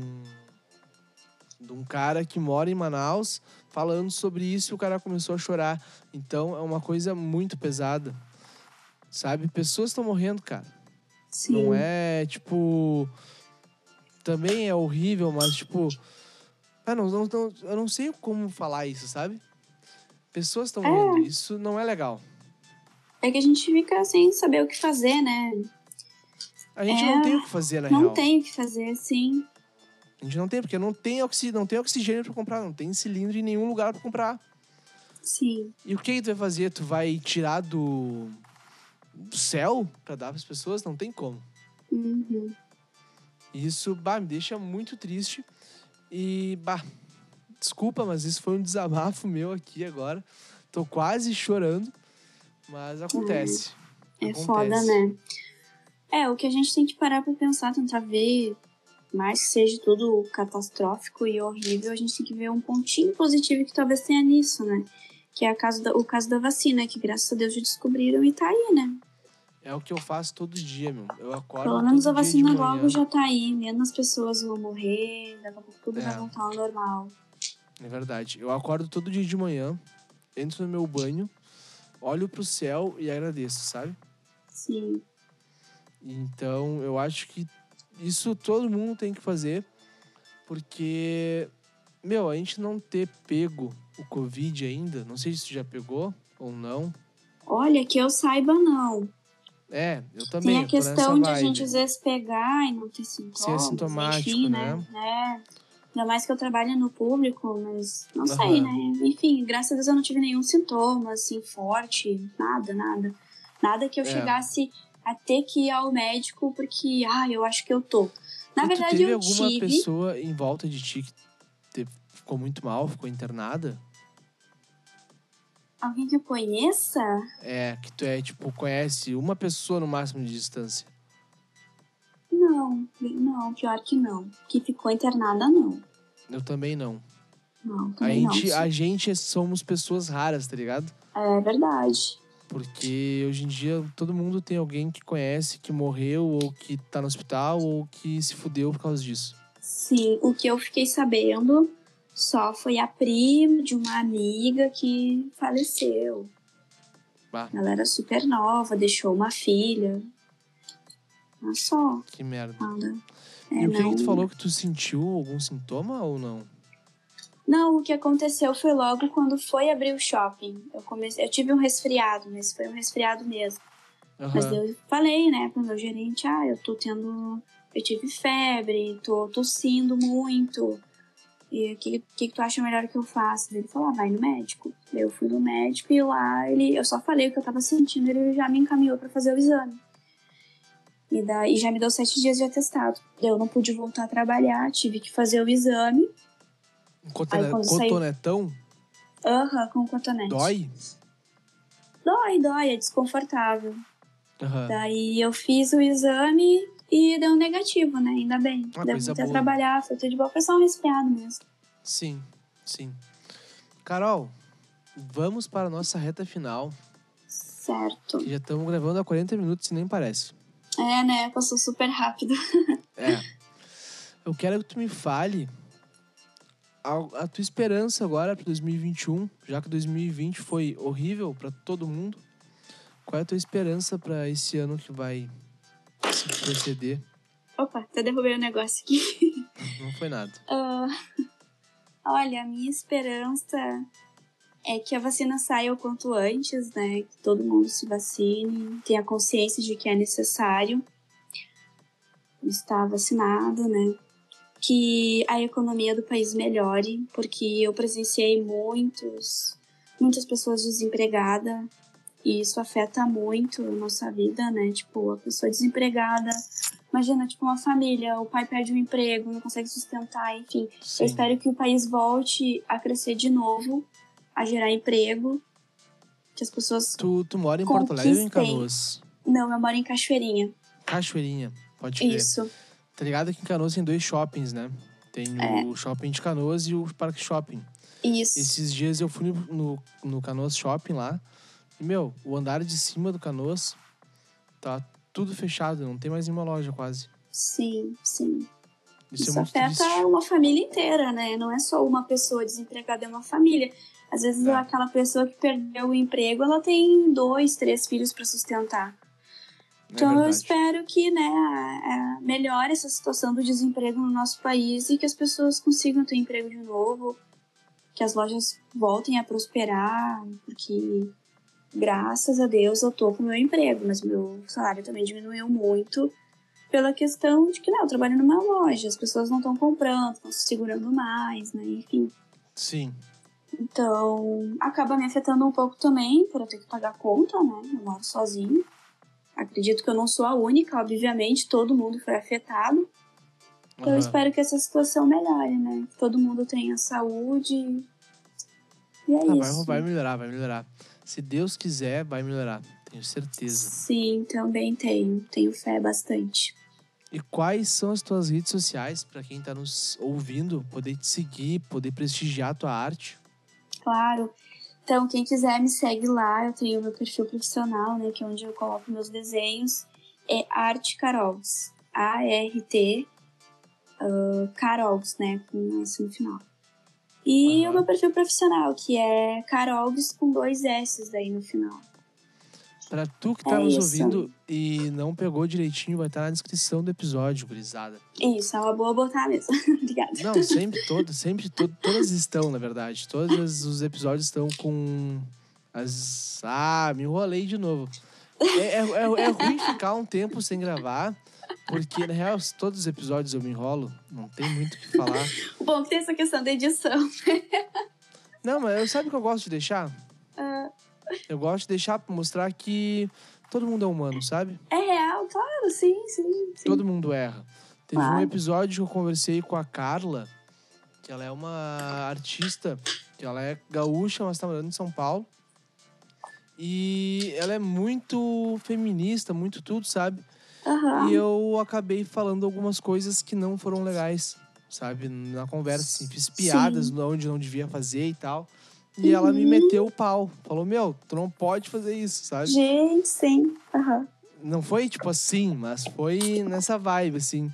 cara que mora em Manaus falando sobre isso, e o cara começou a chorar. Então é uma coisa muito pesada, sabe? Pessoas estão morrendo, cara. Sim. Não é, tipo... Também é horrível, mas, tipo... eu não sei como falar isso, sabe? Pessoas estão morrendo. Isso não é legal. É que a gente fica sem saber o que fazer, né? A gente não tem o que fazer, na real. Não tem o que fazer, sim. A gente não tem, porque não tem oxigênio pra comprar, não tem cilindro em nenhum lugar pra comprar. Sim. E o que tu vai fazer? Tu vai tirar do céu pra dar pras pessoas? Não tem como. Uhum. Isso, me deixa muito triste. E, desculpa, mas isso foi um desabafo meu aqui agora. Tô quase chorando, mas acontece. Acontece. Foda, né? O que a gente tem que parar pra pensar, tentar ver, mais que seja tudo catastrófico e horrível, a gente tem que ver um pontinho positivo que talvez tenha nisso, né? Que é o caso da vacina, que graças a Deus já descobriram e tá aí, né? É o que eu faço todo dia, meu. Eu acordo pelo menos todo a dia de vacina manhã. logo já tá aí, menos pessoas vão morrer, daqui a pouco tudo vai voltar ao normal. É verdade. Eu acordo todo dia de manhã, entro no meu banho, olho pro céu e agradeço, sabe? Sim. Então, eu acho que isso todo mundo tem que fazer, porque, meu, a gente não ter pego o Covid ainda, não sei se tu já pegou ou não. Olha, que eu saiba, não. É, eu também, Tem a eu tô nessa questão de a vibe. gente às vezes pegar e não ter sintomas, Ser assintomático, enfim, né? Ainda mais que eu trabalho no público, mas não sei, Aham. né? Enfim, graças a Deus eu não tive nenhum sintoma, assim, forte, nada. Nada que eu chegasse a ter que ir ao médico porque, eu acho que eu tô. Na E tu verdade, teve eu alguma tive... pessoa em volta de ti que ficou muito mal, ficou internada? Alguém que eu conheça? É, que tu conhece uma pessoa no máximo de distância. Não, pior que não. Que ficou internada, não. Eu também não. Não, também não. A gente somos pessoas raras, tá ligado? É verdade. Porque hoje em dia todo mundo tem alguém que conhece, que morreu, ou que tá no hospital, ou que se fudeu por causa disso. Sim, o que eu fiquei sabendo só foi a prima de uma amiga que faleceu. Bah, Ela era super nova, deixou uma filha. Mas só. que merda. Nada. E o que tu falou que tu sentiu algum sintoma ou não? Não, o que aconteceu foi logo quando foi abrir o shopping. Eu tive um resfriado, mas foi um resfriado mesmo. Mas eu falei, né, pro meu gerente, eu tive febre, tô tossindo muito. E o que tu acha melhor que eu faça? Ele falou, vai no médico. Eu fui no médico e lá eu só falei o que eu tava sentindo, ele já me encaminhou pra fazer o exame. E daí já me deu 7 dias de atestado. Eu não pude voltar a trabalhar, tive que fazer o exame. Cotonetão? Com cotonete. Dói? Dói, é desconfortável. Uhum. Daí eu fiz o exame e deu negativo, né? Ainda bem. Deu até trabalhar, foi tudo de boa. Foi só um resfriado mesmo. Sim. Carol, vamos para a nossa reta final. Certo. Que já estamos gravando há 40 minutos e nem parece. É, né? Passou super rápido. Eu quero que tu me fale a tua esperança agora para 2021, já que 2020 foi horrível para todo mundo. Qual é a tua esperança para esse ano que vai se proceder? Opa, até derrubei o negócio aqui. Não foi nada. Olha, a minha esperança é que a vacina saia o quanto antes, né? Que todo mundo se vacine, tenha consciência de que é necessário estar vacinado, né? Que a economia do país melhore, porque eu presenciei muitas pessoas desempregadas e isso afeta muito a nossa vida, né? Tipo, a pessoa desempregada, imagina, tipo, uma família, o pai perde o emprego, não consegue sustentar, enfim. Sim. Eu espero que o país volte a crescer de novo, a gerar emprego, que as pessoas Tu mora em Porto Alegre ou em Canoas? Não, eu moro em Cachoeirinha. Cachoeirinha, pode crer. Isso. Tá ligado que em Canoas tem 2 shoppings, né? Tem o Shopping de Canoas e o Parque Shopping. Isso. Esses dias eu fui no Canoas Shopping lá. E, meu, o andar de cima do Canoas tá tudo fechado. Não tem mais nenhuma loja quase. Sim. Isso é muito afeta triste. Uma família inteira, né? Não é só uma pessoa desempregada, é uma família. Às vezes aquela pessoa que perdeu o emprego, ela tem 2, 3 filhos para sustentar. Então eu espero que, né, melhore essa situação do desemprego no nosso país e que as pessoas consigam ter emprego de novo, que as lojas voltem a prosperar, porque graças a Deus eu tô com o meu emprego, mas meu salário também diminuiu muito pela questão de que, eu trabalho numa loja, as pessoas não estão comprando, estão se segurando mais, né, enfim. Sim. Então, acaba me afetando um pouco também, por eu ter que pagar conta, né, eu moro sozinho. Acredito que eu não sou a única, obviamente, todo mundo foi afetado. Então eu espero que essa situação melhore, né? Que todo mundo tenha saúde. E é isso. Vai melhorar. Se Deus quiser, vai melhorar. Tenho certeza. Sim, também tenho fé bastante. E quais são as tuas redes sociais para quem tá nos ouvindo poder te seguir, poder prestigiar a tua arte? Claro. Então, quem quiser me segue lá, eu tenho meu perfil profissional, né, que é onde eu coloco meus desenhos, é Arte Carols, ART Carols, né, com S no final. E o meu perfil profissional, que é Carols com 2 S daí no final. Pra tu que tá nos ouvindo e não pegou direitinho, vai estar na descrição do episódio, gurizada. Isso, é uma boa botar mesmo. Obrigada. Não, todas estão, na verdade. Todos os episódios estão com as... me enrolei de novo. É ruim ficar um tempo sem gravar, porque, na real, todos os episódios eu me enrolo, não tem muito o que falar. Bom, que tem essa questão da edição. Não, mas sabe o que eu gosto de deixar? Eu gosto de deixar pra mostrar que todo mundo é humano, sabe? É real, claro, sim. Todo mundo erra. Teve um episódio que eu conversei com a Carla, que ela é uma artista, que ela é gaúcha, mas tá morando em São Paulo. E ela é muito feminista, muito tudo, sabe? Uhum. E eu acabei falando algumas coisas que não foram legais, sabe? Na conversa, assim. Fiz piadas onde não devia fazer e tal. E ela me meteu o pau. Falou, tu não pode fazer isso, sabe? Gente, sim. Uhum. Não foi, tipo, assim, mas foi nessa vibe, assim.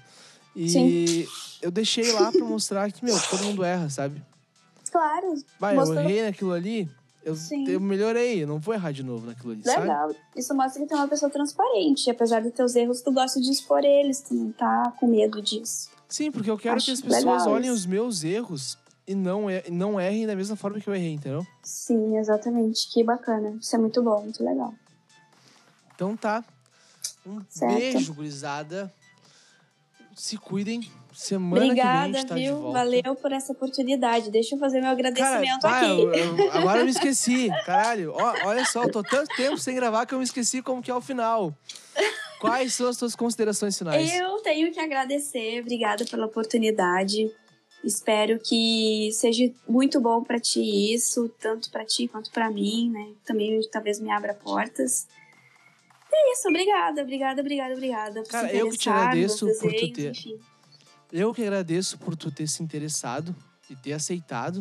E eu deixei lá pra mostrar que, todo mundo erra, sabe? Claro. Eu errei naquilo ali, eu melhorei. Eu não vou errar de novo naquilo ali, Legal. sabe? Isso mostra que tu é uma pessoa transparente. Apesar dos teus erros, tu gosta de expor eles. Tu não tá com medo disso. Sim, porque eu quero que as pessoas olhem os meus erros e não errem da mesma forma que eu errei, entendeu? Sim, exatamente. Que bacana. Isso é muito bom, muito legal. Então tá. Beijo, gurizada. Se cuidem. Semana que vem a gente tá de volta. Valeu por essa oportunidade. Deixa eu fazer meu agradecimento aqui. Agora eu me esqueci. Caralho, olha só, eu tô tanto tempo sem gravar que eu me esqueci como que é o final. Quais são as tuas considerações finais? Eu tenho que agradecer. Obrigada pela oportunidade. Espero que seja muito bom pra ti isso, tanto pra ti quanto pra mim, né? Também talvez me abra portas. É isso, obrigada. Cara, eu que te agradeço por tu ter... Enfim. Eu que agradeço por tu ter se interessado e ter aceitado,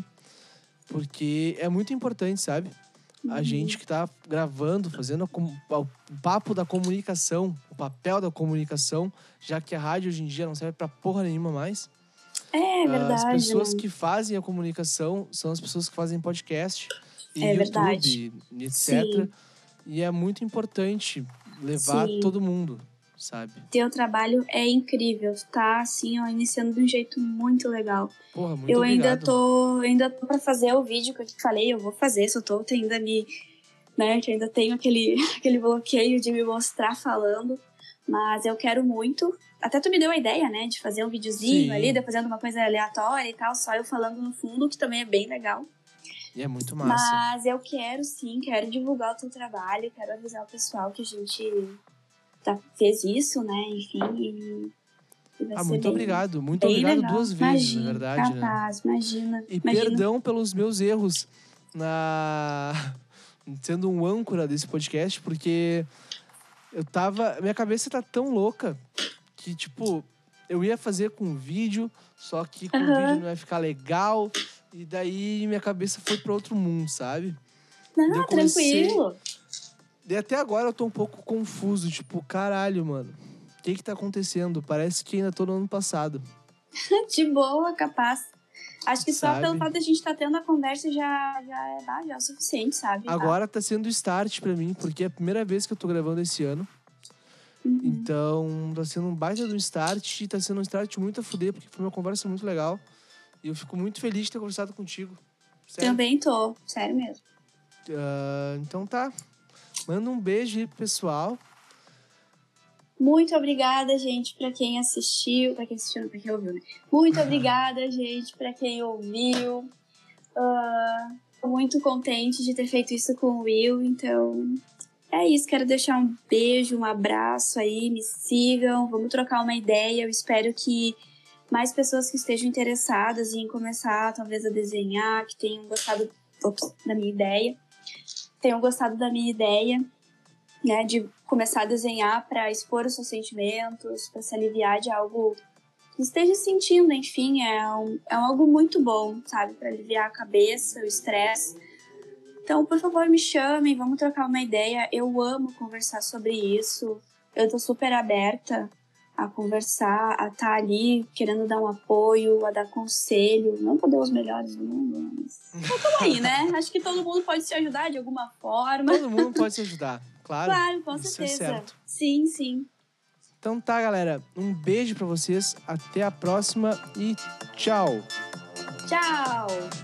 porque é muito importante, sabe? A gente que tá gravando, fazendo o papo da comunicação, o papel da comunicação, já que a rádio hoje em dia não serve pra porra nenhuma mais. É verdade. As pessoas que fazem a comunicação são as pessoas que fazem podcast e YouTube, e etc. Sim. E é muito importante levar todo mundo, sabe? Teu trabalho é incrível, tá? Assim, ó, iniciando de um jeito muito legal. Porra, muito obrigado. Eu ainda tô pra fazer o vídeo que eu te falei, eu vou fazer, só tô ainda né, que ainda tenho aquele bloqueio de me mostrar falando, mas eu quero muito. Até tu me deu a ideia, né, de fazer um videozinho ali, de fazendo uma coisa aleatória e tal, só eu falando no fundo, que também é bem legal. E é muito massa. Mas eu quero divulgar o teu trabalho, quero avisar o pessoal que a gente fez isso, né, enfim, muito obrigado. Muito obrigado legal. 2 vezes, na verdade. Capaz, né? Imagina. Perdão pelos meus erros sendo um âncora desse podcast, porque minha cabeça tá tão louca que, tipo, eu ia fazer com vídeo, só que com vídeo não ia ficar legal, e daí minha cabeça foi pra outro mundo, sabe? Não, tranquilo. E até agora eu tô um pouco confuso, tipo, caralho, mano. O que tá acontecendo? Parece que ainda tô no ano passado. De boa, capaz. Acho que só pelo fato de a gente estar tendo a conversa já é o suficiente, sabe? Agora tá sendo start pra mim, porque é a primeira vez que eu tô gravando esse ano. Então, tá sendo um baita do start. E tá sendo um start muito a fuder, porque foi uma conversa muito legal. E eu fico muito feliz de ter conversado contigo. Sério. Também tô, sério mesmo. Então tá. Manda um beijo aí pro pessoal. Muito obrigada, gente, pra quem assistiu. Pra quem assistiu, não, pra quem ouviu, né? Muito obrigada, gente, pra quem ouviu. Tô muito contente de ter feito isso com o Will, então é isso. Quero deixar um beijo, um abraço aí, me sigam, vamos trocar uma ideia. Eu espero que mais pessoas que estejam interessadas em começar, talvez, a desenhar, que tenham gostado da minha ideia, né, de começar a desenhar para expor os seus sentimentos, para se aliviar de algo que esteja sentindo, enfim, é algo muito bom, sabe, para aliviar a cabeça, o estresse. Então, por favor, me chamem, vamos trocar uma ideia. Eu amo conversar sobre isso. Eu tô super aberta a conversar, a estar ali querendo dar um apoio, a dar conselho. Não poder os melhores do mundo, mas tamo aí, né? Acho que todo mundo pode se ajudar de alguma forma. Todo mundo pode se ajudar, claro. Claro, com isso certeza. É certo. Sim, sim. Então tá, galera. Um beijo pra vocês. Até a próxima e tchau. Tchau.